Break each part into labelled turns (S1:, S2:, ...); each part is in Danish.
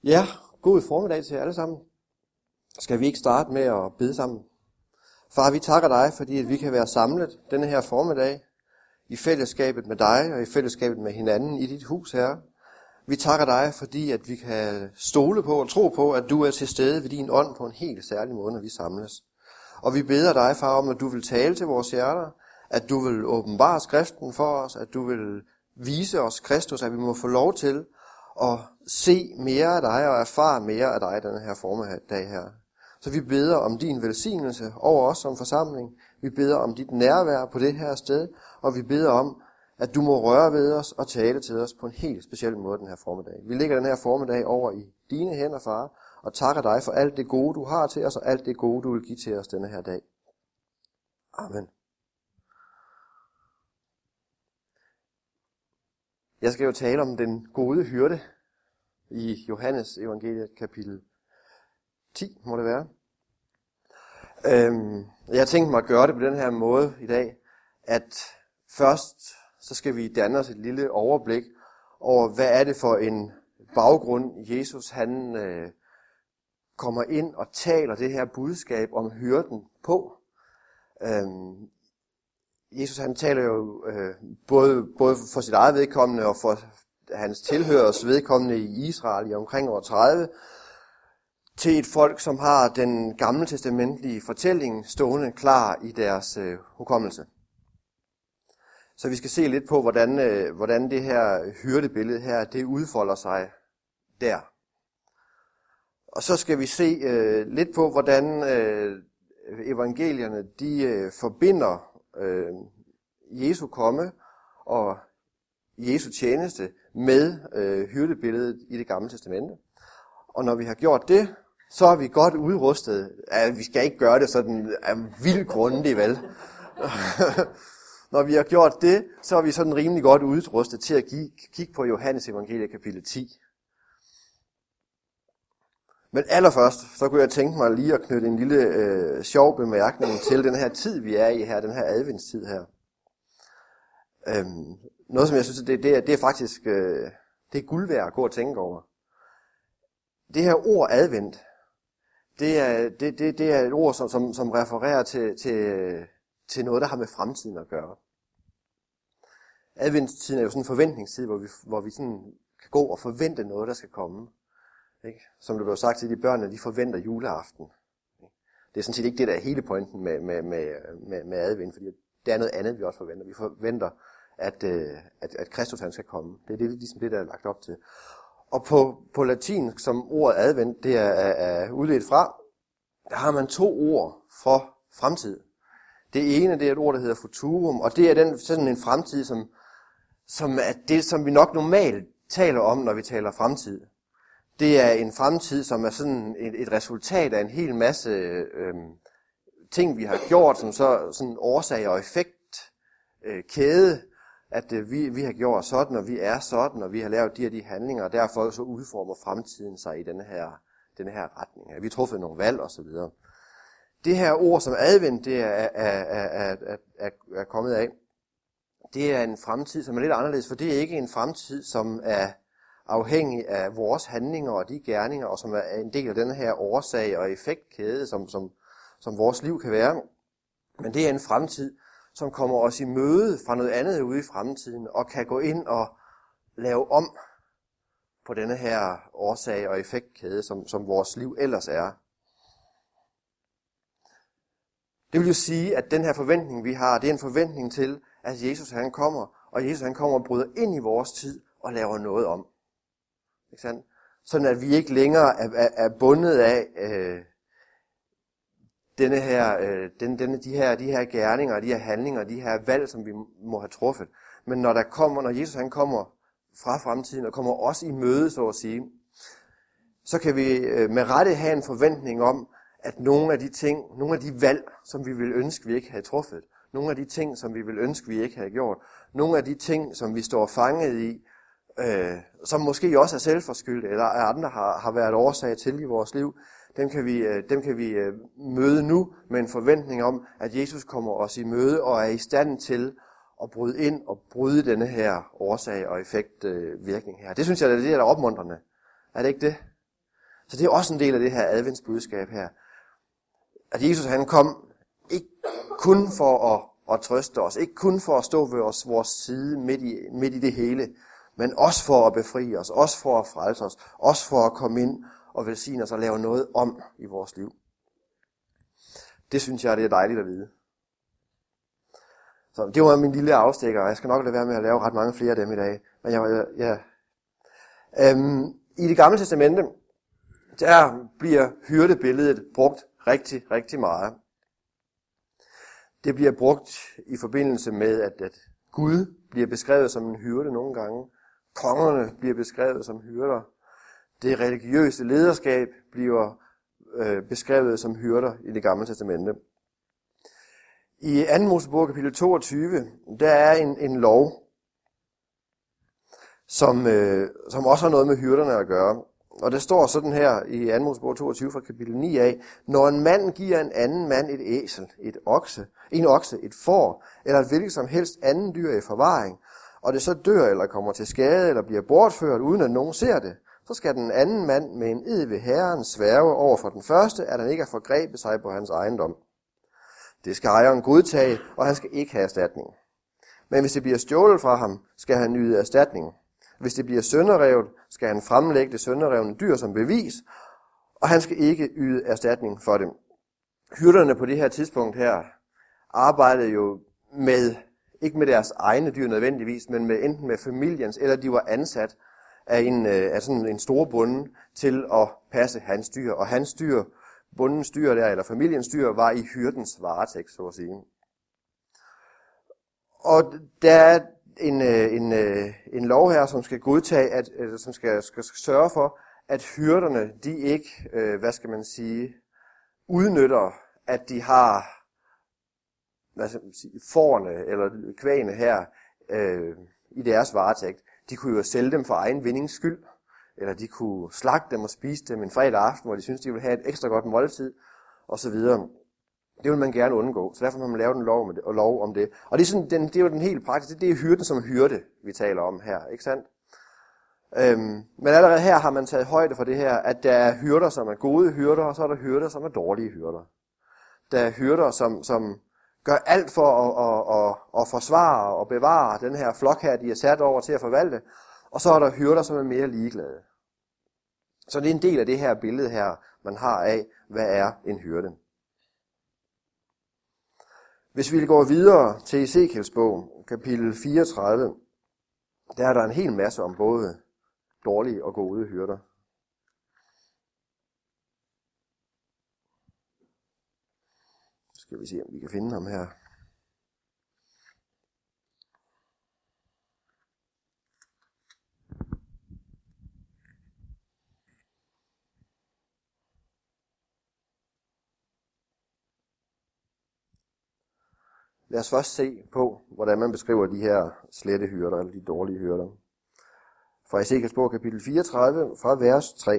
S1: Ja, god formiddag til jer alle sammen. Skal vi ikke starte med at bede sammen? Far, vi takker dig, fordi at vi kan være samlet denne her formiddag i fællesskabet med dig og i fællesskabet med hinanden i dit hus, Herre. Vi takker dig, fordi at vi kan stole på og tro på, at du er til stede ved din ånd på en helt særlig måde, når vi samles. Og vi beder dig, far, om at du vil tale til vores hjerter, at du vil åbenbare skriften for os, at du vil vise os Kristus, at vi må få lov til at se mere af dig og erfare mere af dig denne her formiddag her. Så vi beder om din velsignelse over os som forsamling. Vi beder om dit nærvær på det her sted, og vi beder om, at du må røre ved os og tale til os på en helt speciel måde den her formiddag. Vi lægger den her formiddag over i dine hænder, far, og takker dig for alt det gode, du har til os, og alt det gode, du vil give til os denne her dag. Amen. Jeg skal jo tale om den gode hyrde i Johannes evangeliet kapitel 10, må det være. Jeg har tænkt mig at gøre det på den her måde i dag, at først så skal vi danne os et lille overblik over, hvad er det for en baggrund, Jesus han kommer ind og taler det her budskab om hyrden på. Jesus han taler jo både for sit eget vedkommende og for hans tilhørers vedkommende i Israel i omkring år 30, til et folk, som har den gamle testamentlige fortælling stående klar i deres hukommelse. Så vi skal se lidt på, hvordan det her hyrdebillede her, det udfolder sig der. Og så skal vi se lidt på, hvordan evangelierne de forbinder Jesu komme og Jesu tjeneste med hyrdebilledet i det gamle testamente. Og når vi har gjort det, så er vi godt udrustet. Vi skal ikke gøre det sådan vildt grundigt, vel? Når vi har gjort det, så er vi sådan rimelig godt udrustet til at kigge på Johannes evangeliet kapitel 10. Men allerførst, så kunne jeg tænke mig lige at knytte en lille sjov bemærkning til den her tid, vi er i her, den her adventstid her. Noget, som jeg synes, det er faktisk det er guld værd at gå og tænke over. Det her ord advent, det er et ord, som refererer til noget, der har med fremtiden at gøre. Adventstiden er jo sådan en forventningstid, hvor vi sådan kan gå og forvente noget, der skal komme. Ikke? Som det blev sagt til de børn, de forventer juleaften. Det er sådan set ikke det, der er hele pointen med advent, fordi det er noget andet, vi også forventer. Vi forventer, at Kristus han skal komme. Det er ligesom det, der er lagt op til. Og på latin, som ordet advent, det er udledt fra, der har man to ord for fremtid. Det ene, det er et ord, der hedder futurum, og det er sådan en fremtid, som er det, som vi nok normalt taler om, når vi taler fremtid. Det er en fremtid, som er sådan et resultat af en hel masse ting, vi har gjort, som sådan årsag og effekt kæde, at vi har gjort sådan, og vi er sådan, og vi har lavet de og de handlinger, og derfor så udformer fremtiden sig i denne her retning. Vi har truffet nogle valg og så videre. Det her ord, som advent, det er kommet af, det er en fremtid, som er lidt anderledes, for det er ikke en fremtid, som er afhængig af vores handlinger og de gerninger, og som er en del af denne her årsag og effektkæde, som vores liv kan være. Men det er en fremtid, som kommer os i møde fra noget andet ude i fremtiden, og kan gå ind og lave om på denne her årsag og effektkæde, som vores liv ellers er. Det vil jo sige, at den her forventning, vi har, det er en forventning til, at Jesus han kommer, og Jesus han kommer og bryder ind i vores tid og laver noget om. Ikke sandt? Sådan at vi ikke længere er bundet af de her gerninger, de her handlinger, de her valg, som vi må have truffet. Men når Jesus han kommer fra fremtiden og kommer også i møde, så at sige, så kan vi med rette have en forventning om, at nogle af de valg, som vi vil ønske, vi ikke havde truffet, nogle af de ting, som vi vil ønske, vi ikke havde gjort, nogle af de ting, som vi står fanget i, som måske også er selvforskyldt, eller andre har været årsag til i vores liv, dem kan vi møde nu med en forventning om, at Jesus kommer os i møde og er i stand til at bryde ind og bryde denne her årsag og effekt virkning her. Det synes jeg, det er opmuntrende. Er det ikke det? Så det er også en del af det her adventsbudskab her. At Jesus han kom ikke kun for at trøste os, ikke kun for at stå ved vores side midt i det hele, men også for at befri os, også for at frelse os, også for at komme ind og velsigne os og lave noget om i vores liv. Det synes jeg, det er dejligt at vide. Så det var min lille afstikker, og jeg skal nok lade være med at lave ret mange flere af dem i dag. Men i Det Gamle Testamente, der bliver hyrdebilledet brugt rigtig, rigtig meget. Det bliver brugt i forbindelse med, at Gud bliver beskrevet som en hyrde nogle gange. Kongerne bliver beskrevet som hyrder. Det religiøse lederskab bliver beskrevet som hyrder i Det Gamle Testamente. I 2. Mosebog kapitel 22, der er en lov, som også har noget med hyrderne at gøre. Og det står sådan her i 2. Mosebog 22 fra kapitel 9 af: Når en mand giver en anden mand et æsel, en okse, et får, eller et hvilket som helst anden dyr i forvaring, og det så dør eller kommer til skade eller bliver bortført, uden at nogen ser det, så skal den anden mand med en ed ved Herren sværge over for den første, at han ikke har forgrebet sig på hans ejendom. Det skal ejeren godtage, og han skal ikke have erstatning. Men hvis det bliver stjålet fra ham, skal han yde erstatning. Hvis det bliver sønderrevet, skal han fremlægge det sønderrevne dyr som bevis, og han skal ikke yde erstatning for dem. Hyrderne på det her tidspunkt her arbejdede jo ikke med deres egne dyr nødvendigvis, men enten med familiens, eller de var ansat af sådan en stor bonde til at passe hans dyr. Og hans dyr, bondens dyr der, eller familiens dyr, var i hyrdens varetægt, så at sige. Og der er en lov her, som skal godtage, som skal sørge for, at hyrderne, de ikke, udnytter, at de har fårene eller kvægene her i deres varetægt. De kunne jo sælge dem for egen vindings skyld, eller de kunne slagte dem og spise dem en fredag aften, hvor de synes, de ville have et ekstra godt måltid, osv. Det vil man gerne undgå, så derfor må man lave en lov om det. Og det er jo den helt praktiske, det er hyrden som hyrde, vi taler om her, ikke sandt? Men allerede her har man taget højde for det her, at der er hyrder, som er gode hyrder, og så er der hyrder, som er dårlige hyrder. Der er hyrder, som gør alt for at forsvare og bevare den her flok her, de er sat over til at forvalte, og så er der hyrder, som er mere ligeglade. Så det er en del af det her billede her, man har af, hvad er en hyrde. Hvis vi går videre til Ezekiels bog, kapitel 34, der er der en hel masse om både dårlige og gode hyrder. Skal vi se, om vi kan finde ham her. Lad os først se på, hvordan man beskriver de her slette hyrder, eller de dårlige hyrder. Fra Ezekiels bog, kapitel 34, fra vers 3.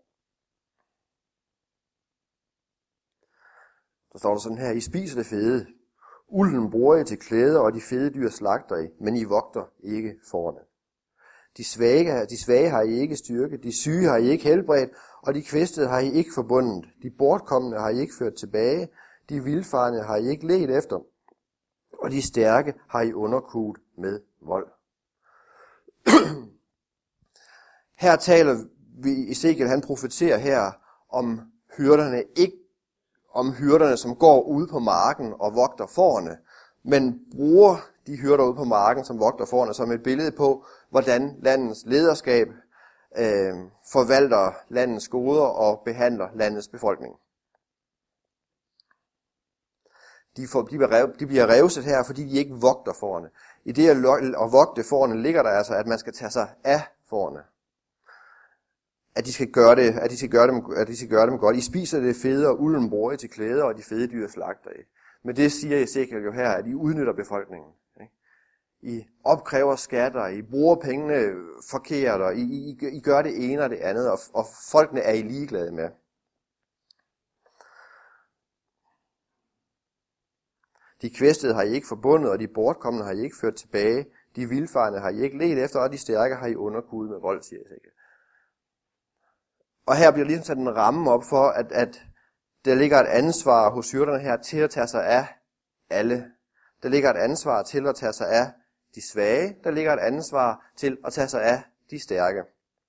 S1: Der står der sådan her: I spiser det fede. Ulden bruger I til klæder, og de fede dyr slagter I, men I vogter ikke fårene. De svage har I ikke styrke, de syge har I ikke helbredt, og de kvæstede har I ikke forbundet. De bortkomne har I ikke ført tilbage, de vildfarne har I ikke ledt efter, og de stærke har I underkuet med vold. Her taler vi, Ezekiel han profeterer her om hyrderne, som går ude på marken og vogter fårene, men bruger de hyrder ude på marken, som vogter fårene, som et billede på, hvordan landets lederskab forvalter landets goder og behandler landets befolkning. De bliver revset her, fordi de ikke vogter fårene. I det at vogte fårene ligger der altså, at man skal tage sig af fårene. At de skal gøre dem godt. I spiser det fede, og ulden bruger I til klæder, og de fede dyr slagter I. Men det siger Ezekiel jo her, at I udnytter befolkningen. Ikke? I opkræver skatter, I bruger pengene forkert, og I gør det ene og det andet, og folkene er I ligeglade med. De kvæstede har I ikke forbundet, og de bortkomne har I ikke ført tilbage. De vildfarne har I ikke ledt efter, og de stærke har I underkuet med vold, siger Ezekiel. Og her bliver ligesom sat en ramme op for, at der ligger et ansvar hos hyrderne her til at tage sig af alle. Der ligger et ansvar til at tage sig af de svage. Der ligger et ansvar til at tage sig af de stærke.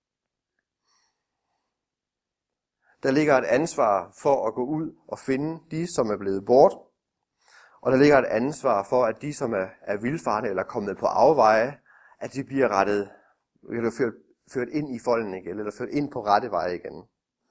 S1: Der ligger et ansvar for at gå ud og finde de, som er blevet bort. Og der ligger et ansvar for, at de, som er vildfarne eller kommet på afveje, at de bliver rettet, eller ført ind i folden igen, eller ført ind på rette vej igen.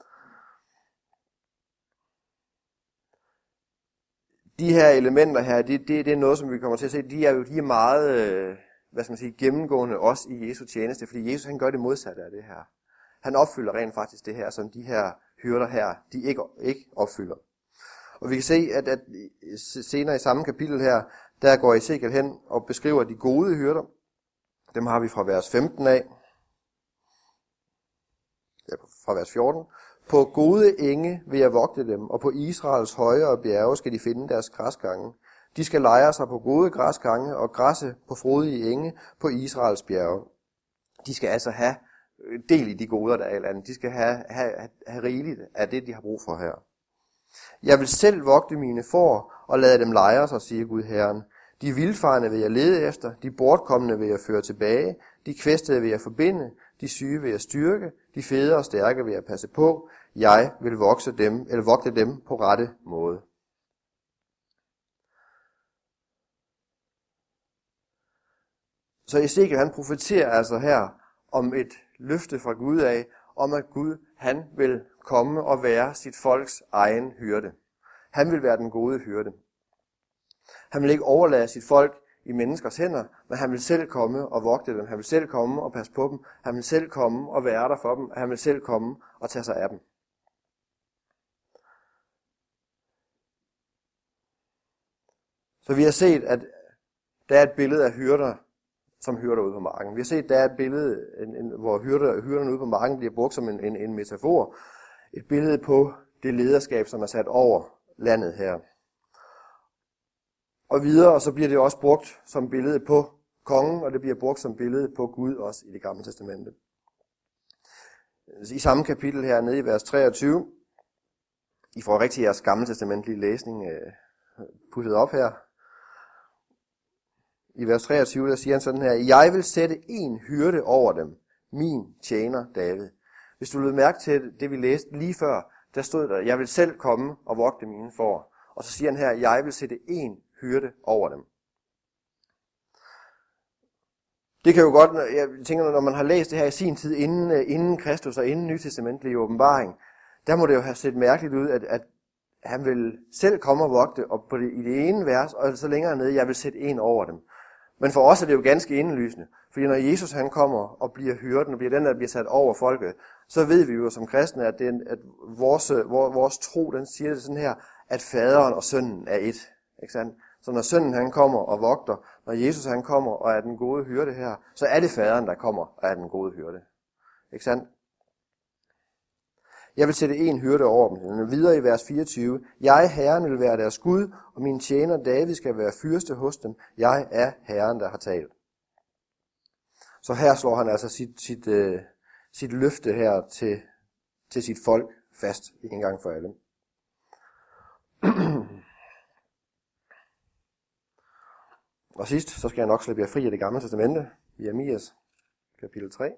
S1: De her elementer her, det er noget, som vi kommer til at se, de er meget, gennemgående også i Jesu tjeneste, fordi Jesus han gør det modsatte af det her. Han opfylder rent faktisk det her, som de her hyrder her, de ikke opfylder. Og vi kan se, at senere i samme kapitel her, der går Ezekiel hen og beskriver de gode hyrder. Dem har vi fra vers 15 af. Ja, fra vers 14. På gode enge vil jeg vogte dem, og på Israels højere bjerge skal de finde deres græsgange. De skal lejre sig på gode græsgange og græsse på frodige enge på Israels bjerge. De skal altså have del i de goder, der er i landet. De skal have rigeligt af det, de har brug for her. Jeg vil selv vogte mine får og lade dem lejre sig, siger Gud Herren. De vildfarne vil jeg lede efter, de bortkomne vil jeg føre tilbage, de kvæstede vil jeg forbinde, de syge vil jeg styrke, de fede og stærke vil jeg passe på. Jeg vil vogte dem på rette måde. Så Ezekiel han profeterer altså her om et løfte fra Gud af, om at Gud han vil komme og være sit folks egen hyrde. Han vil være den gode hyrde. Han vil ikke overlade sit folk i menneskers hænder, men han vil selv komme og vogte dem. Han vil selv komme og passe på dem. Han vil selv komme og være der for dem. Han vil selv komme og tage sig af dem. Så vi har set, at der er et billede af hyrder, som hyrder ude på marken. Vi har set, at der er et billede, hvor hyrderne ude på marken bliver brugt som en metafor. Et billede på det lederskab, som er sat over landet her. Og videre, så bliver det også brugt som billede på kongen, og det bliver brugt som billede på Gud også i det gamle testamente. I samme kapitel her nede i vers 23, I får rigtig jeres gamle testamentlige læsning puttet op her. I vers 23, der siger han sådan her: Jeg vil sætte en hyrde over dem, min tjener David. Hvis du lød mærke til det, vi læste lige før, der stod der: Jeg vil selv komme og vogte mine får. Og så siger han her: Jeg vil sætte en hyrde over dem. Det kan jo godt, jeg tænker, når man har læst det her i sin tid, inden Kristus og inden Nytestamentlige åbenbaring, der må det jo have set mærkeligt ud, at han vil selv komme og vogte, og i det ene vers, og så længere nede: Jeg vil sætte en over dem. Men for os er det jo ganske indlysende, fordi når Jesus han kommer og bliver hyrden, og bliver den, der bliver sat over folket, så ved vi jo som kristne, at vores tro, den siger det sådan her, at faderen og sønnen er et. Ikke sandt? Så når sønnen han kommer og vogter, når Jesus han kommer og er den gode hyrde her, så er det faderen, der kommer og er den gode hyrde. Ikke sandt? Jeg vil sætte en hyrde over dem. Videre i vers 24. Jeg, Herren, vil være deres Gud, og min tjener David skal være fyrste hos dem. Jeg er Herren, der har talt. Så her slår han altså sit løfte her til sit folk fast en gang for alle. Og sidst, så skal jeg nok slippe jer fri af det gamle testamente, Jeremias kapitel 3.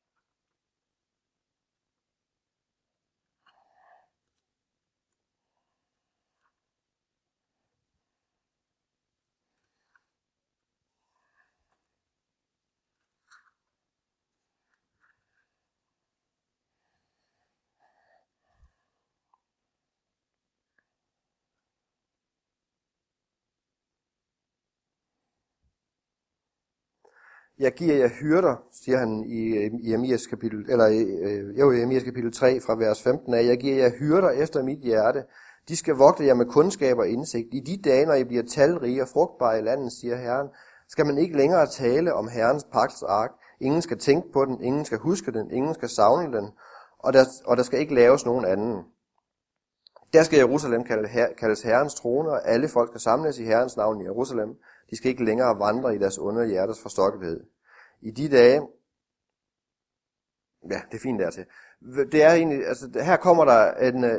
S1: Jeg giver jer hyrder, siger han i Jeremias kapitel 3 fra vers 15 af. Jeg giver jer hyrder efter mit hjerte. De skal vogte jer med kundskab og indsigt. I de dage, når I bliver talrige og frugtbare i landet, siger Herren, skal man ikke længere tale om Herrens pagtsark. Ingen skal tænke på den, ingen skal huske den, ingen skal savne den, og der skal ikke laves nogen anden. Der skal Jerusalem kaldes Herrens trone, og alle folk skal samles i Herrens navn i Jerusalem. De skal ikke længere vandre i deres onde hjertes forstokkethed. I de dage, ja, det er fint dertil, det er egentlig, altså her kommer der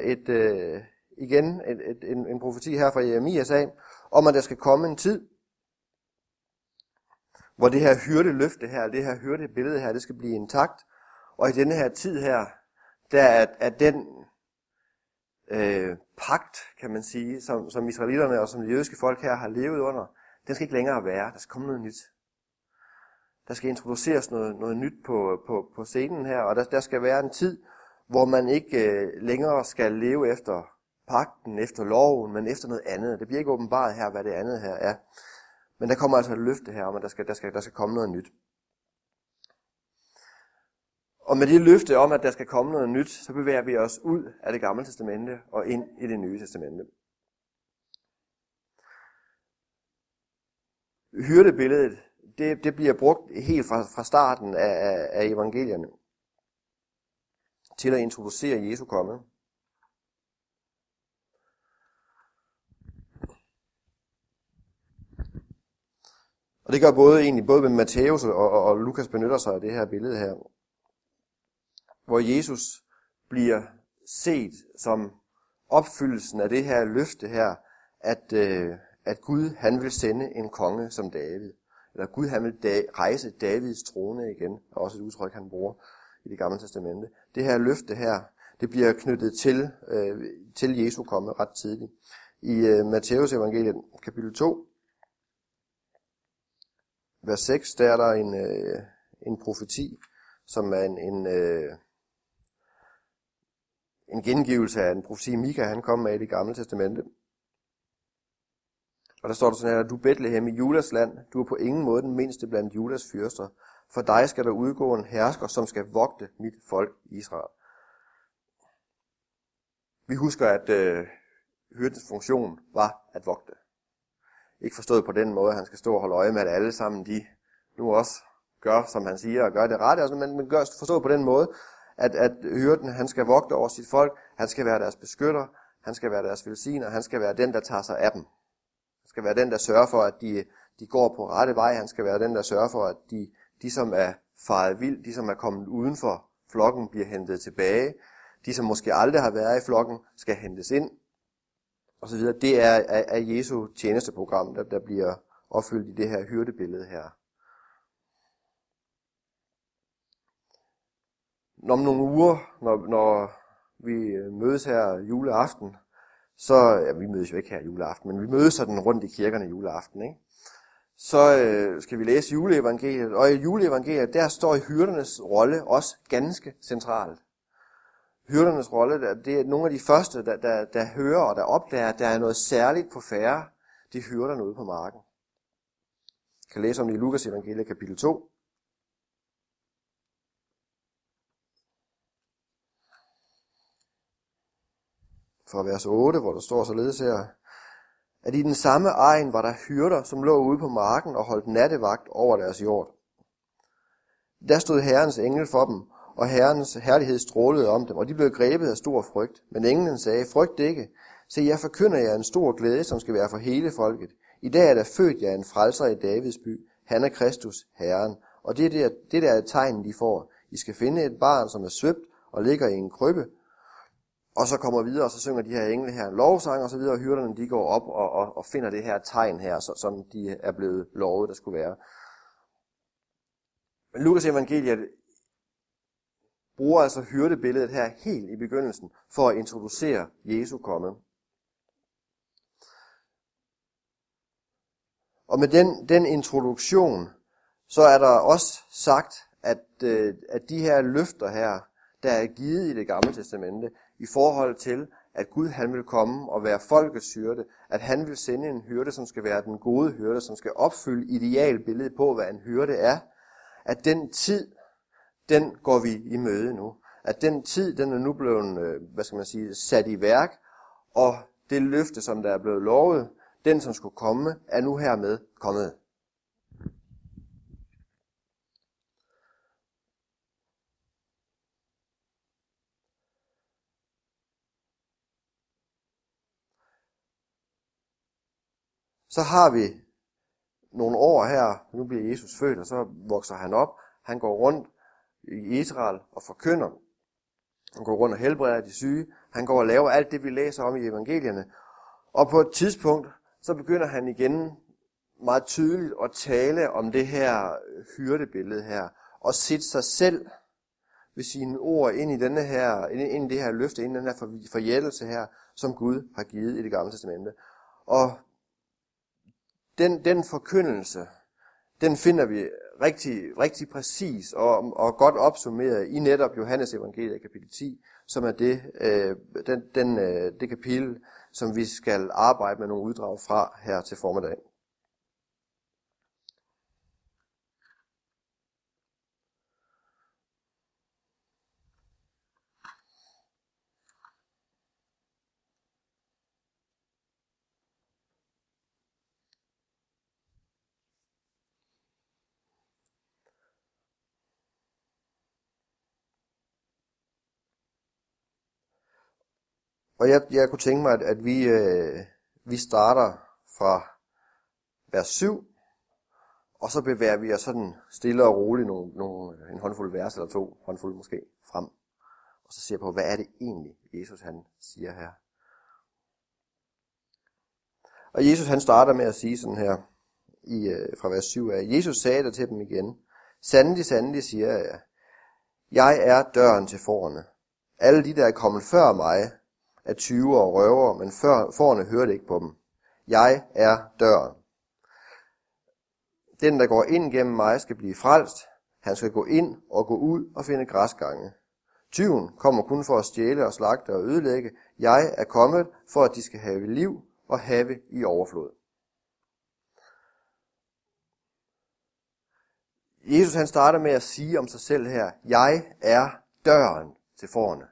S1: en profeti her fra Jeremias af, om at der skal komme en tid, hvor det her hyrdeløfte her, det her hyrdebillede her, det skal blive intakt. Og i denne her tid her, der er den pagt, kan man sige, som israelitterne og som de jødiske folk her har levet under, den skal ikke længere være. Der skal komme noget nyt. Der skal introduceres noget nyt på scenen her, og der skal være en tid, hvor man ikke længere skal leve efter pagten, efter loven, men efter noget andet. Det bliver ikke åbenbart her, hvad det andet her er. Men der kommer altså et løfte her om, at der skal komme noget nyt. Og med det løfte om, at der skal komme noget nyt, så bevæger vi os ud af det gamle testamente og ind i det nye testamente. Hyrdebilledet, det bliver brugt helt fra starten af evangelierne til at introducere Jesu komme. Og det gør både med Matthæus og Lukas benytter sig af det her billede her, hvor Jesus bliver set som opfyldelsen af det her løfte her, at Gud han vil sende en konge som David. Eller Gud han vil rejse Davids trone igen, er også et udtryk han bruger i det gamle testamente. Det her løfte her, det bliver knyttet til Jesu komme ret tidligt. I Matthæus evangeliet kapitel 2, vers 6, der er der en profeti, som er en gengivelse af en profeti Mika, han kom med i det gamle testamente. Og der står der sådan her, du Betlehem i Judas land, du er på ingen måde den mindste blandt Judas fyrster. For dig skal der udgå en hersker, som skal vogte mit folk Israel. Vi husker, at hyrdens funktion var at vogte. Ikke forstået på den måde, at han skal stå og holde øje med, at alle sammen de nu også gør, som han siger, og gør det rette, men forstået på den måde, at hyrden, han skal vogte over sit folk, han skal være deres beskytter, han skal være deres velsigner, han skal være den, der tager sig af dem. Han skal være den, der sørger for, at de går på rette vej, han skal være den, der sørger for, at de som er faret vild, de som er kommet uden for flokken, bliver hentet tilbage, de som måske aldrig har været i flokken, skal hentes ind, og så videre. Det er Jesu tjenesteprogram, der bliver opfyldt i det her hyrdebillede her. Om nogle uger, når vi mødes her juleaften, vi mødes jo ikke her juleaften, men vi mødes sådan rundt i kirkerne juleaften, ikke? Så skal vi læse juleevangeliet, og i juleevangeliet, der står hyrdernes rolle også ganske centralt. Hyrdernes rolle, det er nogle af de første, der hører og der opdager, at der er noget særligt på færde, de hyrderne ude på marken. Jeg kan læse om det i Lukas evangeliet kapitel 2. Fra vers 8, hvor der står således her, at i den samme egen var der hyrder, som lå ude på marken og holdt nattevagt over deres jord. Der stod Herrens engel for dem, og Herrens herlighed strålede om dem, og de blev grebet af stor frygt. Men englen sagde, frygt ikke. Se, jeg forkynder jer en stor glæde, som skal være for hele folket. I dag er der født jer en frelser i Davids by. Han er Kristus, Herren. Og det der er tegnen, de får. I skal finde et barn, som er svøbt og ligger i en krybbe. Og så kommer videre, og så synger de her engle her en lovsang, og så videre, og hyrderne de går op og finder det her tegn her, som de er blevet lovet, der skulle være. Men Lukas evangeliet bruger altså hyrdebilledet her helt i begyndelsen, for at introducere Jesu komme. Og med den introduktion, så er der også sagt, at de her løfter her, der er givet i det gamle testamente, i forhold til, at Gud han vil komme og være folkets hyrde, at han vil sende en hyrde, som skal være den gode hyrde, som skal opfylde idealbilledet på, hvad en hyrde er, at den tid, den går vi i møde nu. At den tid, den er nu blevet, sat i værk, og det løfte, som der er blevet lovet, den som skulle komme, er nu hermed kommet. Så har vi nogle år her, nu bliver Jesus født, og så vokser han op. Han går rundt i Israel og forkynder. Han går rundt og helbreder de syge. Han går og laver alt det, vi læser om i evangelierne. Og på et tidspunkt, så begynder han igen meget tydeligt at tale om det her hyrdebillede her. Og sætte sig selv ved sine ord ind i denne her, ind i det her løfte, ind i den her forjættelse her, som Gud har givet i Det Gamle Testamente. Og den forkyndelse, den finder vi rigtig præcis og godt opsummeret i netop Johannes evangeliet kapitel 10, som er det kapitel, som vi skal arbejde med nogle uddrag fra her til formiddag. Og jeg kunne tænke mig, at vi starter fra vers 7, og så bevæger vi os sådan stille og roligt en håndfuld vers, eller 2 håndfulde måske, frem. Og så ser jeg på, hvad er det egentlig, Jesus han siger her. Og Jesus han starter med at sige sådan her, fra vers 7 af, Jesus sagde der til dem igen, sandelig, sandelig, siger jeg, jeg er døren til fårene. Alle de, der er kommet før mig, er tyve og røver, men fårene hørte ikke på dem. Jeg er døren. Den, der går ind gennem mig, skal blive frelst. Han skal gå ind og gå ud og finde græsgange. Tyven kommer kun for at stjæle og slagte og ødelægge. Jeg er kommet for, at de skal have liv og have i overflod. Jesus han starter med at sige om sig selv her, jeg er døren til fårene.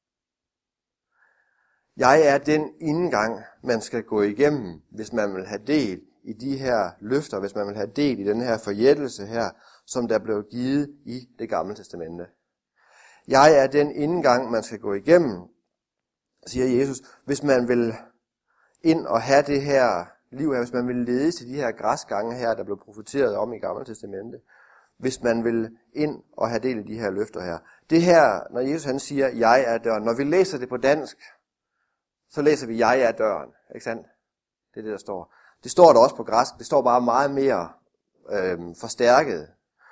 S1: Jeg er den indgang, man skal gå igennem, hvis man vil have del i de her løfter, hvis man vil have del i den her forjættelse her, som der blev givet i Det Gamle Testamente. Jeg er den indgang, man skal gå igennem, siger Jesus, hvis man vil ind og have det her liv her, hvis man vil lede til de her græsgange her, der blev profeteret om i Gamle Testamente, hvis man vil ind og have del i de her løfter her. Det her, når Jesus han siger, jeg er døren, når vi læser det på dansk, så læser vi, jeg er døren. Ikke sandt? Det er det, der står. Det står der også på græsk. Det står bare meget mere forstærket.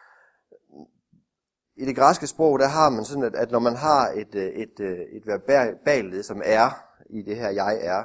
S1: I det græske sprog, der har man sådan, at når man har et verballed, som er i det her, jeg er,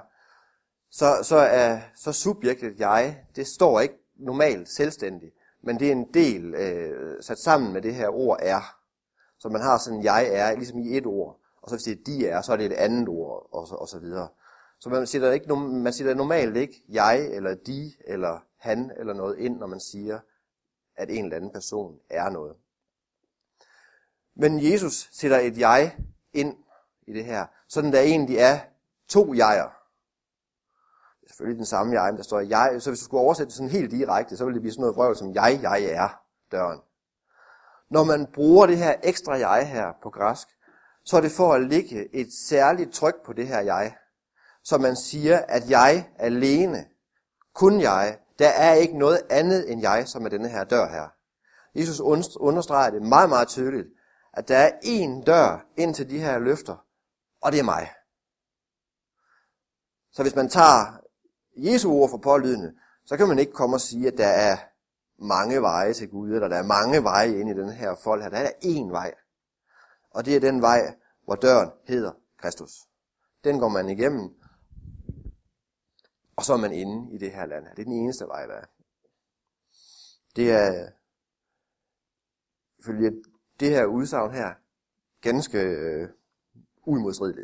S1: så subjektet jeg, det står ikke normalt selvstændigt, men det er en del sat sammen med det her ord er. Så man har sådan, jeg er, ligesom i et ord. Og så hvis det er de er, så er det et andet ord, og så videre. Så man sætter normalt ikke jeg, eller de, eller han, eller noget ind, når man siger, at en eller anden person er noget. Men Jesus sætter et jeg ind i det her, sådan der egentlig er 2 jeger. Det er selvfølgelig den samme jeg, men der står jeg, så hvis du skulle oversætte det sådan helt direkte, så ville det blive sådan noget vrøvl som jeg er døren. Når man bruger det her ekstra jeg her på græsk, så er det for at lægge et særligt tryk på det her jeg. Så man siger, at jeg alene, kun jeg, der er ikke noget andet end jeg, som er denne her dør her. Jesus understreger det meget, meget tydeligt, at der er én dør ind til de her løfter, og det er mig. Så hvis man tager Jesu ord for pålydende, så kan man ikke komme og sige, at der er mange veje til Gud, eller der er mange veje ind i den her fold her. Der er én vej. Og det er den vej, hvor døren hedder Kristus. Den går man igennem, og så er man inde i det her land. Det er den eneste vej, der er. Det er, ifølge det her udsagn her, ganske uimodstrideligt.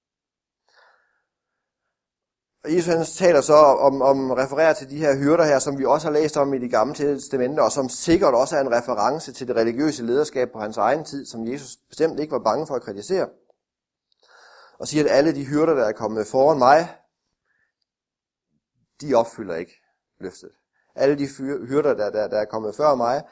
S1: Og Jesus taler så om refererer til de her hyrder her, som vi også har læst om i Det Gamle Testamente, og som sikkert også er en reference til det religiøse lederskab på hans egen tid, som Jesus bestemt ikke var bange for at kritisere. Og siger, at alle de hyrder, der er kommet foran mig, de opfylder ikke løftet. Alle de hyrder, der er kommet før mig,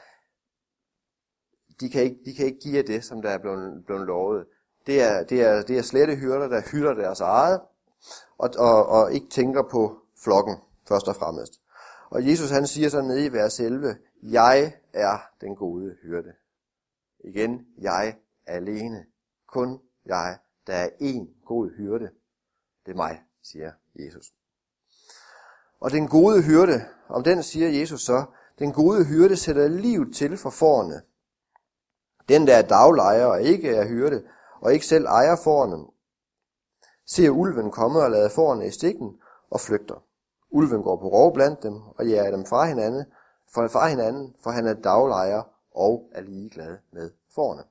S1: de kan ikke give det, som der er blevet lovet. Det er slette hyrder, der hylder deres eget, og ikke tænker på flokken, først og fremmest. Og Jesus han siger så nede i vers 11, jeg er den gode hyrde. Igen, jeg alene, kun jeg, der er én god hyrde. Det er mig, siger Jesus. Og den gode hyrde, om den siger Jesus så, den gode hyrde sætter livet til for fårene. Den, der er daglejer og ikke er hyrde, og ikke selv ejer fårene, ser ulven komme og lader fårene i stikken og flygter. Ulven går på rov blandt dem og jager dem fra hinanden, for han er daglejer og er ligeglad med fårene.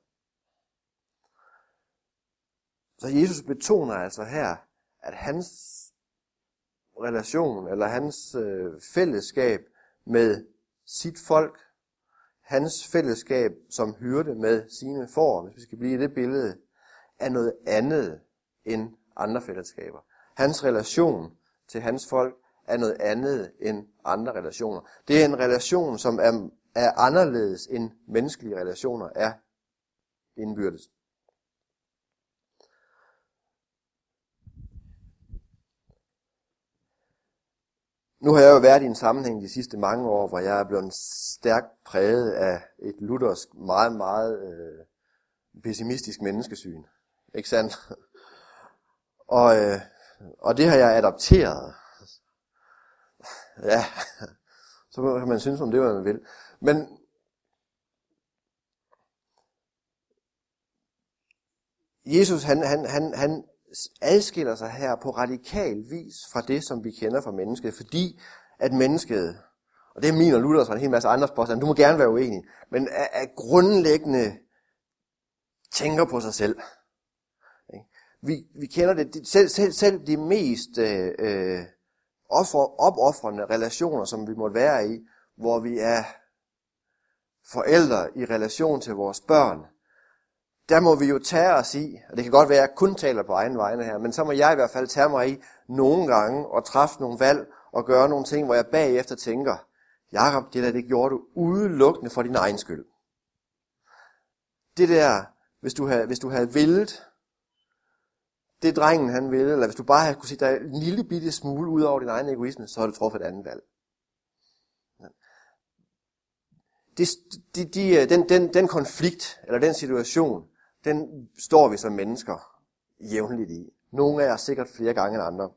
S1: Så Jesus betoner altså her, at hans relation, eller hans fællesskab med sit folk, hans fællesskab som hyrde med sine får, hvis vi skal blive i det billede, er noget andet end andre fællesskaber. Hans relation til hans folk er noget andet end andre relationer. Det er en relation, som er anderledes end menneskelige relationer er indbyrdes. Nu har jeg jo været i en sammenhæng de sidste mange år, hvor jeg er blevet stærkt præget af et luthersk, meget, meget pessimistisk menneskesyn. Ikke sandt? Og det har jeg adopteret. Ja, så kan man synes om det, hvad man vil. Men Jesus, han adskiller sig her på radikal vis fra det, som vi kender fra mennesket, fordi at mennesket, og det er min og Luthers og en hel masse andres påstande, du må gerne være uenig, men er grundlæggende tænker på sig selv. Vi kender det, selv de mest opoffrende relationer, som vi måtte være i, hvor vi er forældre i relation til vores børn, der må vi jo tage os i, og det kan godt være, at jeg kun taler på egen vegne her, men så må jeg i hvert fald tage mig i nogle gange og træffe nogle valg og gøre nogle ting, hvor jeg bagefter tænker, Jakob, det gjorde du udelukkende for din egen skyld. Det der, hvis du havde villet, det drengen han ville, eller hvis du bare havde kunne sige dig en lille bitte smule ud over din egen egoisme, så havde du truffet et andet valg. Den konflikt, eller den situation, den står vi som mennesker jævnligt i. Nogle af os sikkert flere gange end andre.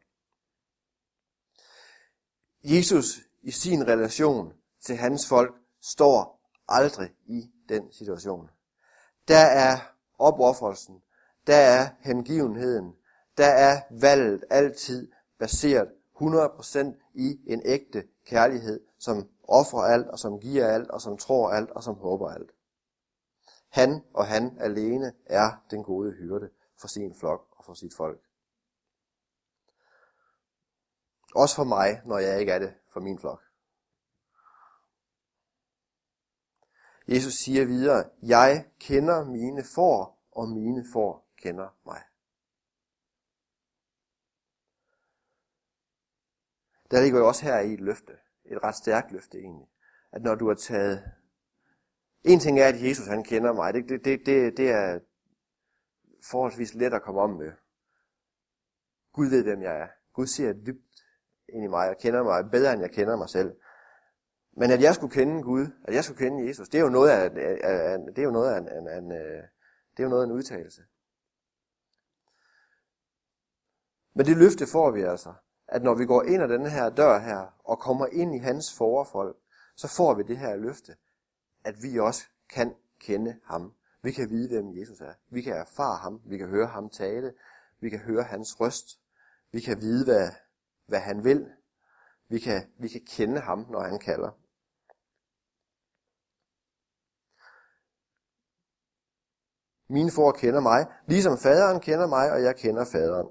S1: Jesus i sin relation til hans folk står aldrig i den situation. Der er opoffrelsen, der er hengivenheden, der er valget altid baseret 100% i en ægte kærlighed, som offrer alt, og som giver alt, og som tror alt, og som håber alt. Han og han alene er den gode hyrde for sin flok og for sit folk. Også for mig, når jeg ikke er det for min flok. Jesus siger videre, jeg kender mine får, og mine får kender mig. Der ligger jo også her i et løfte, et ret stærkt løfte egentlig, at når du har taget. En ting er, at Jesus han kender mig, det er forholdsvis let at komme om med. Gud ved, hvem jeg er. Gud ser dybt ind i mig og kender mig bedre, end jeg kender mig selv. Men at jeg skulle kende Gud, at jeg skulle kende Jesus, det er jo noget af en udtalelse. Men det løfte får vi altså, at når vi går ind ad denne her dør her, og kommer ind i hans forfolk, så får vi det her løfte, at vi også kan kende ham. Vi kan vide, hvem Jesus er. Vi kan erfare ham. Vi kan høre ham tale. Vi kan høre hans røst. Vi kan vide, hvad han vil. Vi kan kende ham, når han kalder. Mine får kender mig, ligesom faderen kender mig, og jeg kender faderen.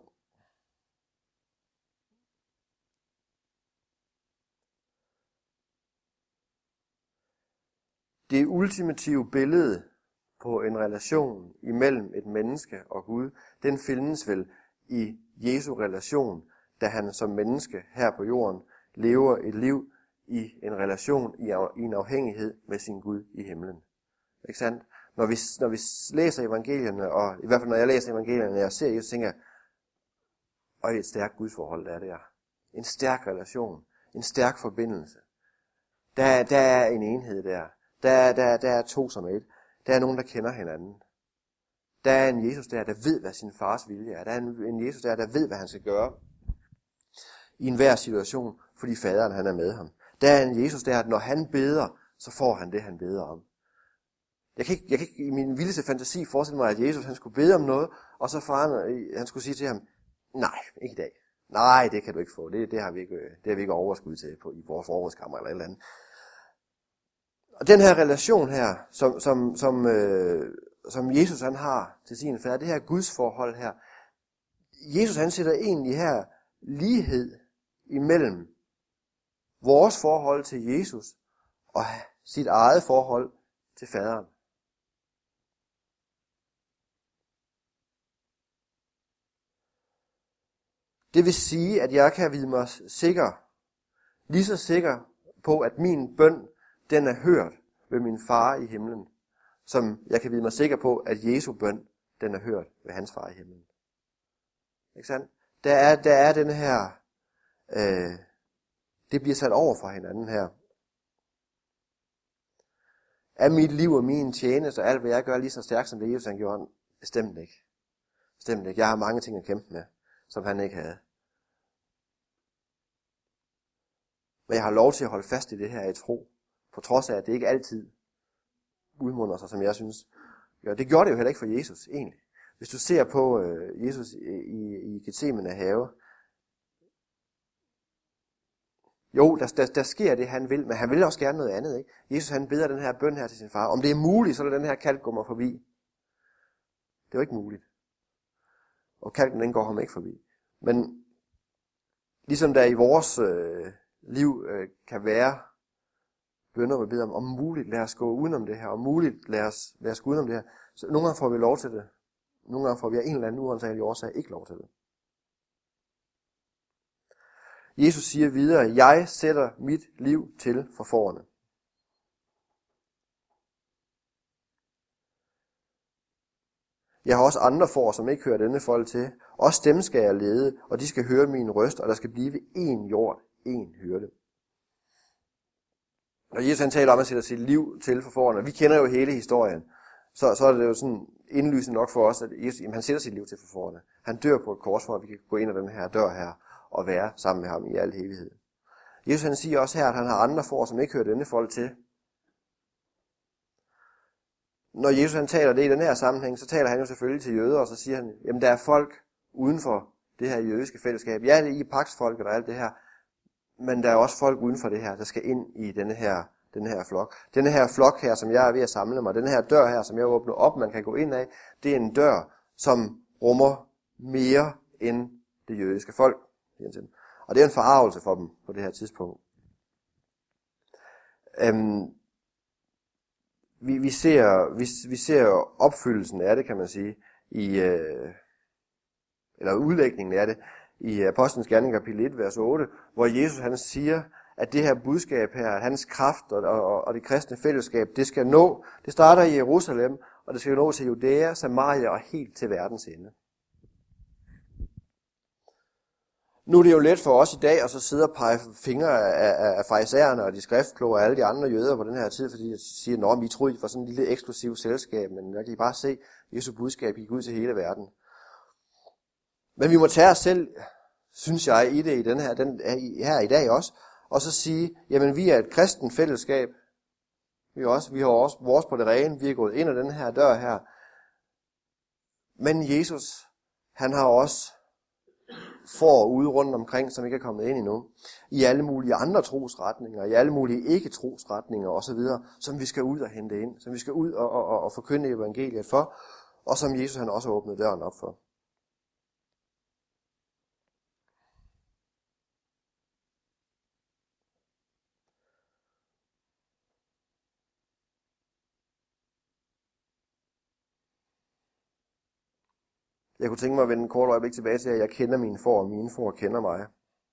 S1: Det ultimative billede på en relation imellem et menneske og Gud, den findes vel i Jesu relation, da han som menneske her på jorden lever et liv i en relation, i en afhængighed med sin Gud i himlen. Ikke sandt? Når vi læser evangelierne, og i hvert fald når jeg læser evangelierne, og jeg ser Jesus, tænker jeg, og et stærkt gudsforhold, der er der. En stærk relation, en stærk forbindelse. Der er en enhed der. Der er to som et. Der er nogen, der kender hinanden. Der er en Jesus der ved, hvad sin fars vilje er. Der er en Jesus der ved, hvad han skal gøre i enhver situation, fordi faderen han er med ham. Der er en Jesus der, at når han beder, så får han det, han beder om. Jeg kan ikke i min vildeste fantasi forestille mig, at Jesus han skulle bede om noget, og så faren, han skulle sige til ham, nej, ikke i dag. Nej, det kan du ikke få. Det har vi ikke overskud til i vores forrådskammer eller et eller andet. Og den her relation her, som Jesus han har til sin fader, det her gudsforhold her, Jesus han sætter egentlig her lighed imellem vores forhold til Jesus og sit eget forhold til faderen. Det vil sige, at jeg kan vide mig lige så sikker på, at min bøn, den er hørt ved min far i himlen, som jeg kan vide mig sikker på, at Jesu bøn, den er hørt ved hans far i himlen. Ikke sandt? Der er den her, det bliver sat over for hinanden her. Er mit liv og min tjeneste og alt, hvad jeg gør, lige så stærkt som det Jesus han gjorde? Bestemt ikke. Bestemt ikke. Jeg har mange ting at kæmpe med, som han ikke havde. Men jeg har lov til at holde fast i det her i tro, på trods af, at det ikke altid udmunder sig, som jeg synes. Ja, det gjorde det jo heller ikke for Jesus, egentlig. Hvis du ser på Jesus i Getsemane have, jo, der sker det, han vil, men han vil også gerne noget andet, ikke? Jesus, han beder den her bøn her til sin far. Om det er muligt, så lader den her kalk gå mig forbi. Det var ikke muligt. Og kalken, den går ham ikke forbi. Men ligesom der i vores liv kan være bønner, vi beder om muligt, lad os gå udenom det her, om muligt, lad os gå udenom det her. Så nogle gange får vi lov til det. Nogle gange får vi af en eller anden uansagelig årsag ikke lov til det. Jesus siger videre, jeg sætter mit liv til for fårene. Jeg har også andre får, som ikke hører denne folk til. Også dem skal jeg lede, og de skal høre min røst, og der skal blive én jord, én hyrde. Når Jesus han taler om at sætte sit liv til for fårene, vi kender jo hele historien, så er det jo sådan indlysende nok for os, at Jesus, han sætter sit liv til for fårene. Han dør på et kors for, at vi kan gå ind ad den her dør her, og være sammen med ham i al evighed. Jesus han siger også her, at han har andre får, som ikke hører denne folk til. Når Jesus han taler det i den her sammenhæng, så taler han jo selvfølgelig til jøder, og så siger han, jamen der er folk uden for det her jødiske fællesskab. Ja, det er i paksfolket og alt det her, men der er også folk uden for det her, der skal ind i denne her flok. Denne her flok her, som jeg er ved at samle mig, denne her dør her, som jeg åbner op, man kan gå ind af, det er en dør, som rummer mere end det jødiske folk. Og det er en forarvelse for dem på det her tidspunkt. Vi ser opfyldelsen af det, kan man sige, eller udlægningen af det, i Apostlenes Gerning kapitel 1, vers 8, hvor Jesus han siger, at det her budskab her, at hans kraft og det kristne fællesskab, det skal nå, det starter i Jerusalem, og det skal nå til Judæa, Samaria og helt til verdens ende. Nu er det jo let for os i dag at så sidde og pege fingre af farisæerne og de skriftkloge og alle de andre jøder på den her tid, fordi de siger, at vi troede, de var sådan en lille eksklusiv selskab, men der kan I bare se, at Jesu budskab gik ud til hele verden. Men vi må tage os selv, synes jeg, i det i her i dag også, og så sige, jamen vi er et kristent fællesskab. Vi har også vores på det rene, vi er gået ind ad den her dør her. Men Jesus, han har også får ude rundt omkring, som ikke er kommet ind endnu, i alle mulige andre trosretninger, i alle mulige ikke-trosretninger osv., som vi skal ud og hente ind, som vi skal ud og forkynde evangeliet for, og som Jesus han også har åbnet døren op for. Jeg kunne tænke mig at vende en kort øjeblik tilbage til, at jeg kender mine får, og mine får kender mig.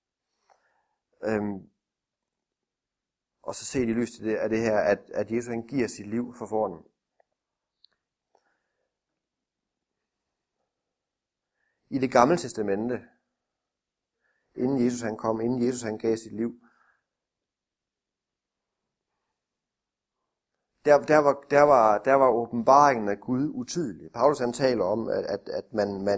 S1: Og så se i lys til det, af det her, at Jesus han giver sit liv for fårene. I det gamle testamente, inden Jesus han kom, inden Jesus han gav sit liv, der var åbenbaringen af Gud utydelig. Paulus han taler om, at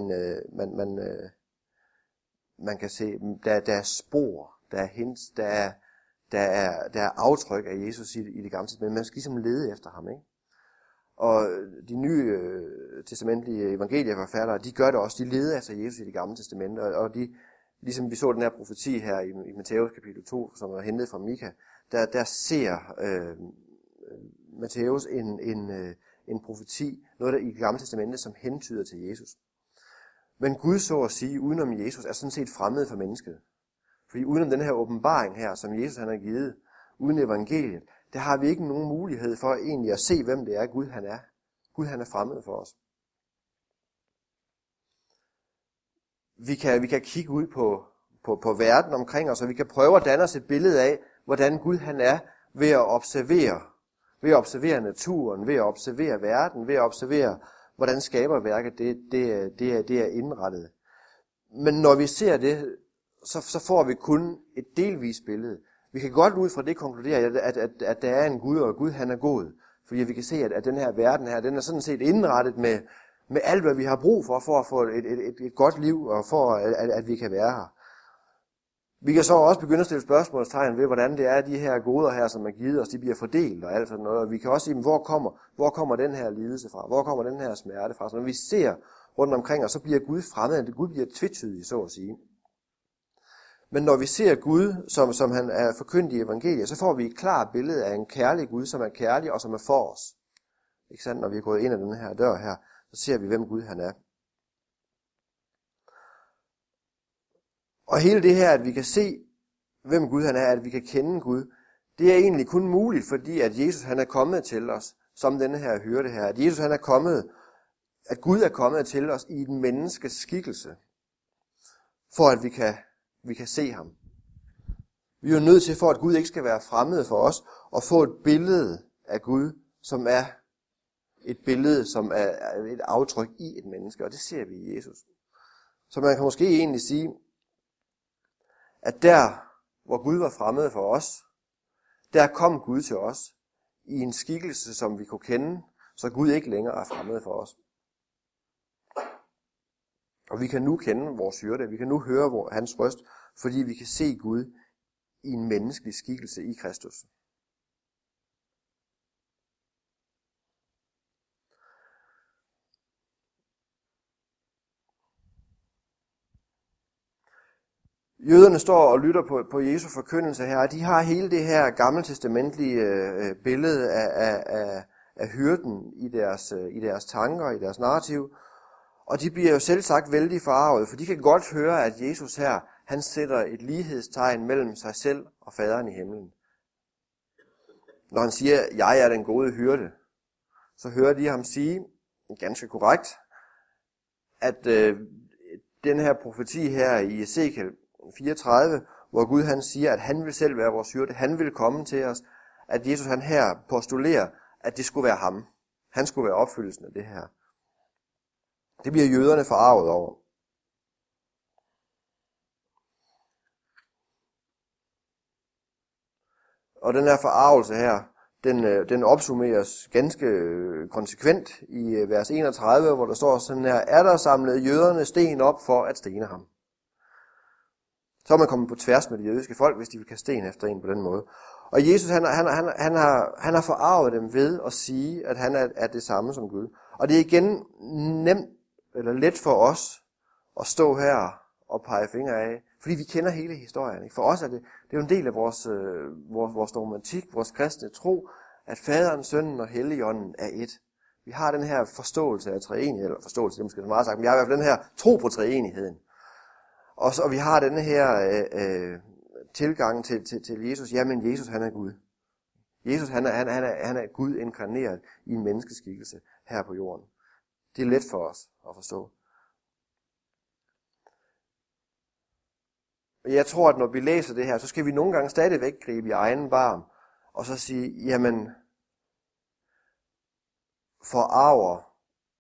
S1: man kan se, der er spor, der er hints, der er aftryk af Jesus i det gamle testament. Man skal ligesom lede efter ham, ikke? Og de nye testamentlige evangelieforfattere, de gør det også. De leder efter Jesus i det gamle testament, og de, ligesom vi så den her profeti her i Matthæus kapitel 2, som er hentet fra Mika, der ser Matthæus en profeti, noget der i det gamle testamente, som hentyder til Jesus. Men Gud, så at sige, udenom Jesus, er sådan set fremmed for mennesket. Fordi udenom den her åbenbaring her, som Jesus han har givet, uden evangeliet, der har vi ikke nogen mulighed for egentlig at se, hvem det er, Gud han er. Gud han er fremmed for os. Vi kan kigge ud på verden omkring os, og vi kan prøve at danne os et billede af, hvordan Gud han er ved at observere naturen, ved at observere verden, ved at observere, hvordan skaberværket det er indrettet. Men når vi ser det, så får vi kun et delvist billede. Vi kan godt ud fra det konkludere, at der er en Gud, og Gud han er god. Fordi vi kan se, at den her verden her, den er sådan set indrettet med alt, hvad vi har brug for at få et godt liv, og for at vi kan være her. Vi kan så også begynde at stille spørgsmålstegn ved, hvordan det er, de her goder her, som er givet os, de bliver fordelt og alt sådan noget. Og vi kan også sige, hvor kommer den her lidelse fra? Hvor kommer den her smerte fra? Så når vi ser rundt omkring os, så bliver Gud fremmed. Gud bliver tvetydig, så at sige. Men når vi ser Gud, som han er forkyndt i evangeliet, så får vi et klart billede af en kærlig Gud, som er kærlig og som er for os. Ikke sandt? Når vi er gået ind ad den her dør her, så ser vi, hvem Gud han er. Og hele det her, at vi kan se, hvem Gud han er, at vi kan kende Gud, det er egentlig kun muligt, fordi at Jesus han er kommet til os, som denne her hyrde her. At Jesus han er kommet, at Gud er kommet til os i en menneskes skikkelse, for at vi kan se ham. Vi er jo nødt til, for at Gud ikke skal være fremmed for os, at få et billede af Gud, som er et billede, som er et aftryk i et menneske, og det ser vi i Jesus. Så man kan måske egentlig sige, at der, hvor Gud var fremmed for os, der kom Gud til os i en skikkelse, som vi kunne kende, så Gud ikke længere er fremmed for os. Og vi kan nu kende vores hyrde, vi kan nu høre hans røst, fordi vi kan se Gud i en menneskelig skikkelse i Kristus. Jøderne står og lytter på Jesu forkyndelse her, og de har hele det her gammeltestamentlige billede af hyrden i deres tanker, i deres narrativ. Og de bliver jo selv sagt vældig forarvet, for de kan godt høre, at Jesus her, han sætter et lighedstegn mellem sig selv og faderen i himlen. Når han siger, jeg er den gode hyrde, så hører de ham sige, ganske korrekt, at den her profeti her i Ezekiel 34, hvor Gud han siger, at han vil selv være vores hyrde, han vil komme til os, at Jesus han her postulerer, at det skulle være ham. Han skulle være opfyldelsen af det her. Det bliver jøderne forarvet over. Og den her forarvelse her, den opsummeres ganske konsekvent i vers 31, hvor der står sådan her, er der samlet jøderne sten op for at stene ham. Så er man kommet på tværs med de jødiske folk, hvis de vil kaste sten efter en på den måde. Og Jesus han har forarvet dem ved at sige, at han er det samme som Gud. Og det er igen nemt eller let for os at stå her og pege fingre af, fordi vi kender hele historien. Ikke? For os er det er jo en del af vores dogmatik, vores kristne tro, at faderen, sønnen og helligånden er et. Vi har den her forståelse af treenighed, eller forståelse, det er måske meget sagt, men vi har i hvert fald den her tro på treenigheden. Og vi har den her tilgang til Jesus. Jamen, Jesus han er Gud. Jesus han er Gud inkarneret i en menneskeskikkelse her på jorden. Det er let for os at forstå. Jeg tror, at når vi læser det her, så skal vi nogle gange stadigvæk gribe i egen barm, og så sige, jamen, forarver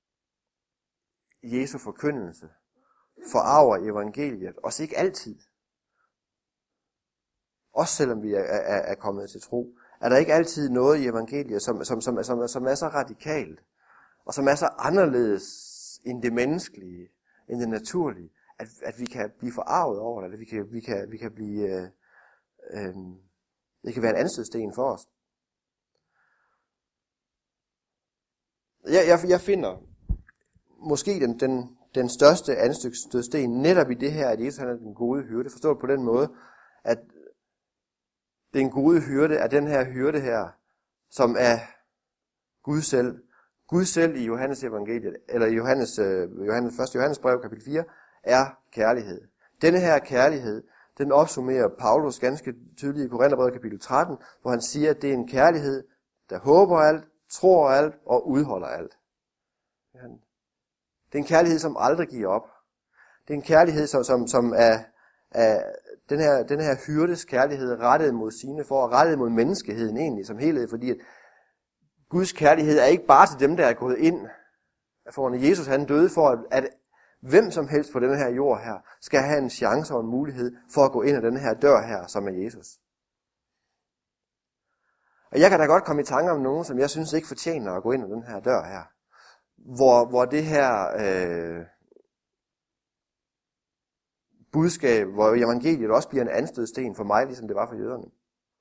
S1: Jesu forkyndelse, forarver evangeliet, også ikke altid. Også selvom vi er kommet til tro, Er der ikke altid noget i evangeliet, som er så radikalt, og som er så anderledes end det menneskelige, end det naturlige, at vi kan blive forarvet over det, eller vi kan blive, det kan være en anstødssten for os. Jeg finder måske den største anstødssten netop i det her, at Jesus han er den gode hyrde. Forstået på den måde, at den gode hyrde er den her hyrde her, som er Gud selv. Gud selv i Johannes evangeliet, eller i første Johannes brev, kapitel 4, er kærlighed. Denne her kærlighed, den opsummerer Paulus ganske tydeligt i Korintherbrevet kapitel 13, hvor han siger, at det er en kærlighed, der håber alt, tror alt og udholder alt. Det er en kærlighed, som aldrig giver op. Det er en kærlighed, som er den her hyrdes kærlighed rettet mod sine for, og rettet mod menneskeheden egentlig som helhed, fordi at Guds kærlighed er ikke bare til dem, der er gået ind. For Jesus han døde for, at hvem som helst på denne her jord her, skal have en chance og en mulighed for at gå ind ad denne her dør her, som er Jesus. Og jeg kan da godt komme i tanke om nogen, som jeg synes ikke fortjener at gå ind ad den her dør her. Hvor det her budskab, hvor evangeliet også bliver en anstødssten for mig, ligesom det var for jøderne.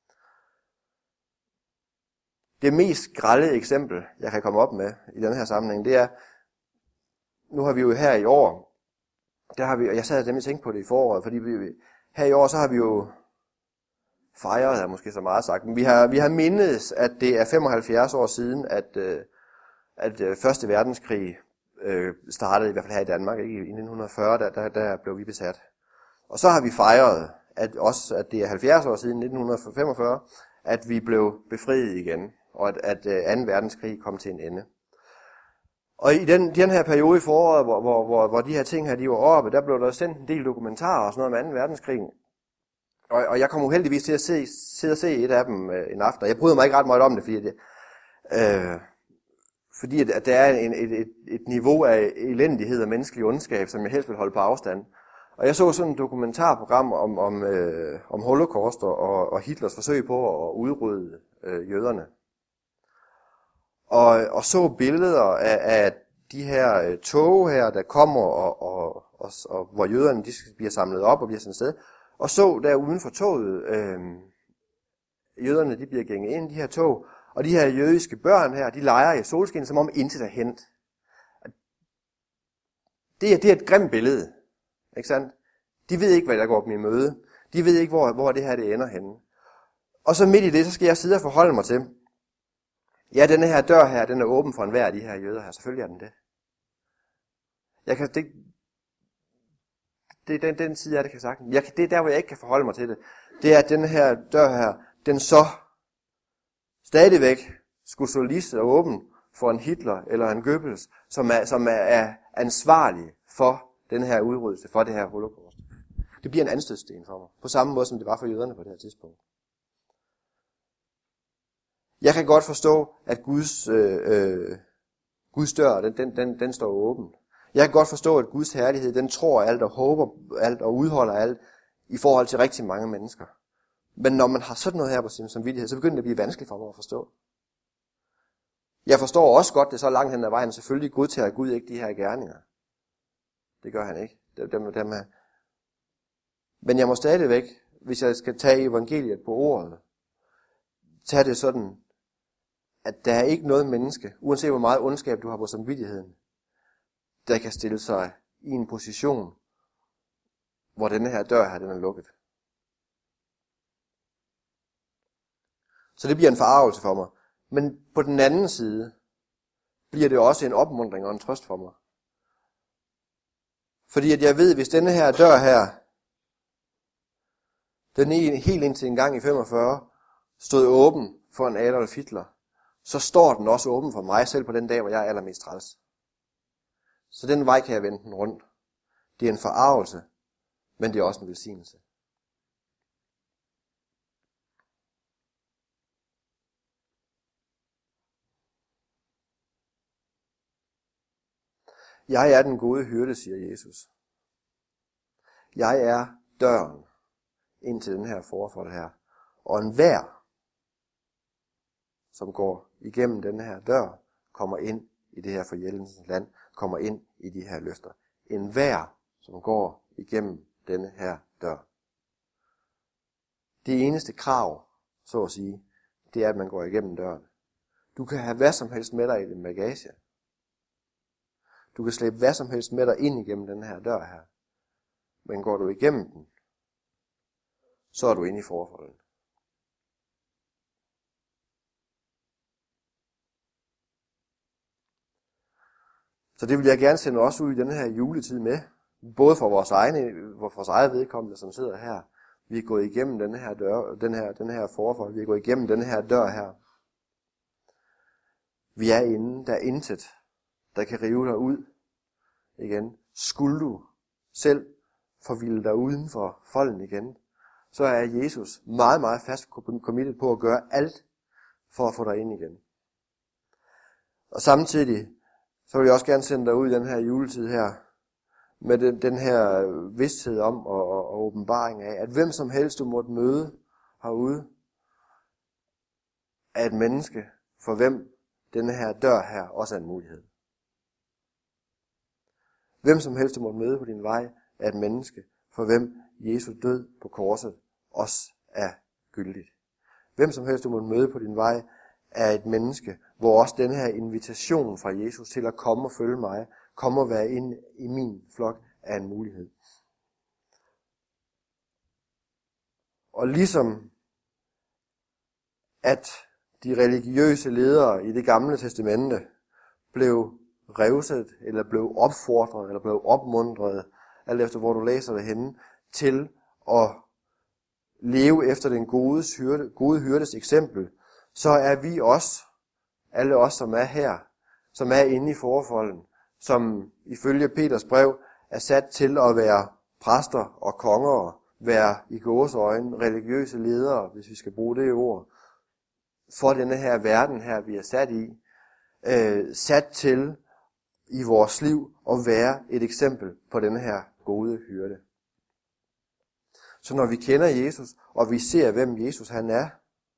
S1: Det mest grelle eksempel, jeg kan komme op med i den her sammenhæng, det er, nu har vi jo her i år, der har vi, og jeg sad nemlig tænkt på det i foråret, fordi her i år, så har vi jo fejret, er måske så meget sagt, men vi har mindedes, at det er 75 år siden, at Første Verdenskrig startede, i hvert fald her i Danmark, ikke? I 1940, der blev vi besat. Og så har vi fejret, at det er 70 år siden, 1945, at vi blev befriet igen, og at 2. verdenskrig kom til en ende. Og i den her periode i foråret, hvor de her ting her, de var oppe, der blev der sendt en del dokumentarer og sådan noget med 2. verdenskrig. Og jeg kom uheldigvis til at sidde og se et af dem en aften, og jeg bryder mig ikke ret meget om det, fordi at der er et niveau af elendighed og menneskelig ondskab, som jeg helst vil holde på afstand. Og jeg så sådan et dokumentarprogram om Holocaust og Hitlers forsøg på at udrydde jøderne. Og så billeder af de her tog her, der kommer, og hvor jøderne de bliver samlet op og bliver sådan et sted. Og så der uden for toget, jøderne de bliver gænget ind i de her tog, og de her jødiske børn her, de leger i solskin, som om intet er hent. Det er et grimt billede, ikke sandt? De ved ikke, hvad der går dem i møde. De ved ikke, hvor det her det ender henne. Og så midt i det, så skal jeg sidde og forholde mig til, ja, denne her dør her, den er åben for enhver af de her jøder her. Selvfølgelig er den det. Det er den side af det, kan jeg sagt. Det er der, hvor jeg ikke kan forholde mig til det. Det er, at denne her dør her, den så stadigvæk skulle stå lige og åben for en Hitler eller en Goebbels, som er ansvarlig for den her udryddelse, for det her holocaust. Det bliver en anstødssten for mig. På samme måde, som det var for jøderne på det her tidspunkt. Jeg kan godt forstå, at Guds dør, den står åben. Jeg kan godt forstå, at Guds herlighed, den tror alt og håber alt og udholder alt i forhold til rigtig mange mennesker. Men når man har sådan noget her på sin samvittighed, så begynder det at blive vanskeligt for mig at forstå. Jeg forstår også godt, det så langt hen ad vejen, selvfølgelig godtager Gud ikke de her gerninger. Det gør han ikke. Dem her. Men jeg må stadigvæk, hvis jeg skal tage evangeliet på ordet, tage det sådan, at der er ikke noget menneske, uanset hvor meget ondskab du har på samvittigheden, der kan stille sig i en position, hvor denne her dør her, den er lukket. Så det bliver en forargelse for mig. Men på den anden side, bliver det også en opmuntring og en trøst for mig. Fordi at jeg ved, hvis denne her dør her, den er helt indtil en gang i 45, stod åben for en Adolf Hitler, så står den også åben for mig selv på den dag, hvor jeg er allermest træls. Så den vej kan jeg vende den rundt. Det er en forargelse, men det er også en velsignelse. Jeg er den gode hyrde, siger Jesus. Jeg er døren ind til den her forfold her. Og enhver, som går igennem den her dør, kommer ind i det her forjættelsens land, kommer ind i de her løfter. Enhver, som går igennem denne her dør. Det eneste krav, så at sige, det er, at man går igennem døren. Du kan have hvad som helst med dig i din bagage. Du kan slæbe hvad som helst med dig ind igennem den her dør her. Men går du igennem den, så er du inde i forholdet. Så det vil jeg gerne sende os ud i den her juletid med. Både for vores eget vedkommende, som sidder her. Vi er gået igennem den her dør, den her forhold. Vi er gået igennem den her dør her. Vi er inde. Der er intet, der kan rive dig ud igen. Skulle du selv forvilde dig uden for folden igen, så er Jesus meget, meget fast committed på at gøre alt for at få dig ind igen. Og samtidig, så vil jeg også gerne sende dig ud i den her juletid her, med den her vidsthed om og åbenbaring af, at hvem som helst du måtte møde herude, er et menneske, for hvem denne her dør her også er en mulighed. Hvem som helst du måtte møde på din vej, er et menneske, for hvem Jesu død på korset også er gyldigt. Hvem som helst du måtte møde på din vej, er et menneske, hvor også den her invitation fra Jesus til at komme og følge mig, komme og være inde i min flok, er en mulighed. Og ligesom at de religiøse ledere i det gamle testamente blev revset, eller blev opfordret, eller blev opmuntret, alt efter hvor du læser det henne, til at leve efter den gode hyrdes eksempel, så er vi også, alle os som er her, som er inde i forfolden, som ifølge Peters brev er sat til at være præster og konger, være i gåseøjne religiøse ledere, hvis vi skal bruge det ord, for denne her verden her, vi er sat i, sat til i vores liv at være et eksempel på denne her gode hyrde. Så når vi kender Jesus, og vi ser, hvem Jesus han er,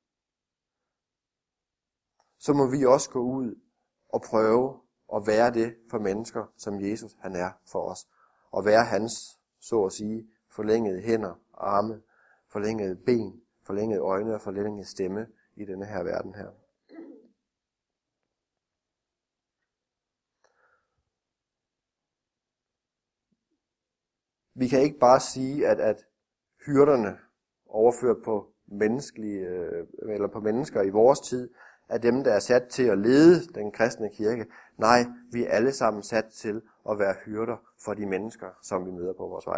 S1: så må vi også gå ud og prøve at være det for mennesker, som Jesus han er for os. Og være hans, så at sige, forlængede hænder, arme, forlængede ben, forlængede øjne og forlængede stemme i denne her verden her. Vi kan ikke bare sige, at hyrderne overført på eller på mennesker i vores tid, er dem, der er sat til at lede den kristne kirke. Nej, vi er alle sammen sat til at være hyrder for de mennesker, som vi møder på vores vej.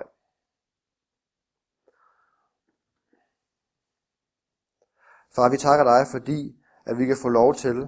S1: Far, vi takker dig, fordi at vi kan få lov til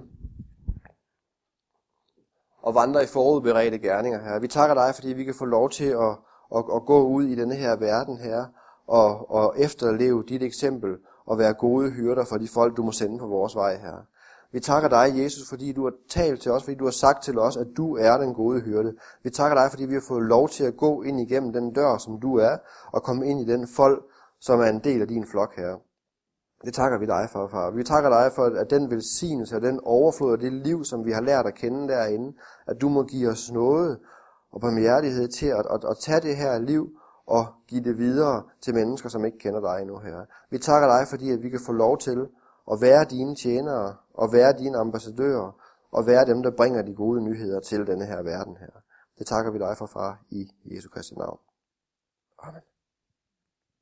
S1: at vandre i forudberedte gerninger her. Vi takker dig, fordi vi kan få lov til at gå ud i denne her verden her, og efterleve dit eksempel, og være gode hyrder for de folk, du må sende på vores vej her. Vi takker dig, Jesus, fordi du har talt til os, fordi du har sagt til os, at du er den gode hyrde. Vi takker dig, fordi vi har fået lov til at gå ind igennem den dør, som du er, og komme ind i den fold, som er en del af din flok her. Det takker vi dig for, far. Vi takker dig for, at den velsignelse og den overflod og det liv, som vi har lært at kende derinde, at du må give os noget og barmhjertighed til at tage det her liv og give det videre til mennesker, som ikke kender dig endnu her. Vi takker dig, fordi at vi kan få lov til at være dine tjenere og være dine ambassadører og være dem, der bringer de gode nyheder til denne her verden her. Det takker vi dig for, far, i Jesu Kristi navn. Amen.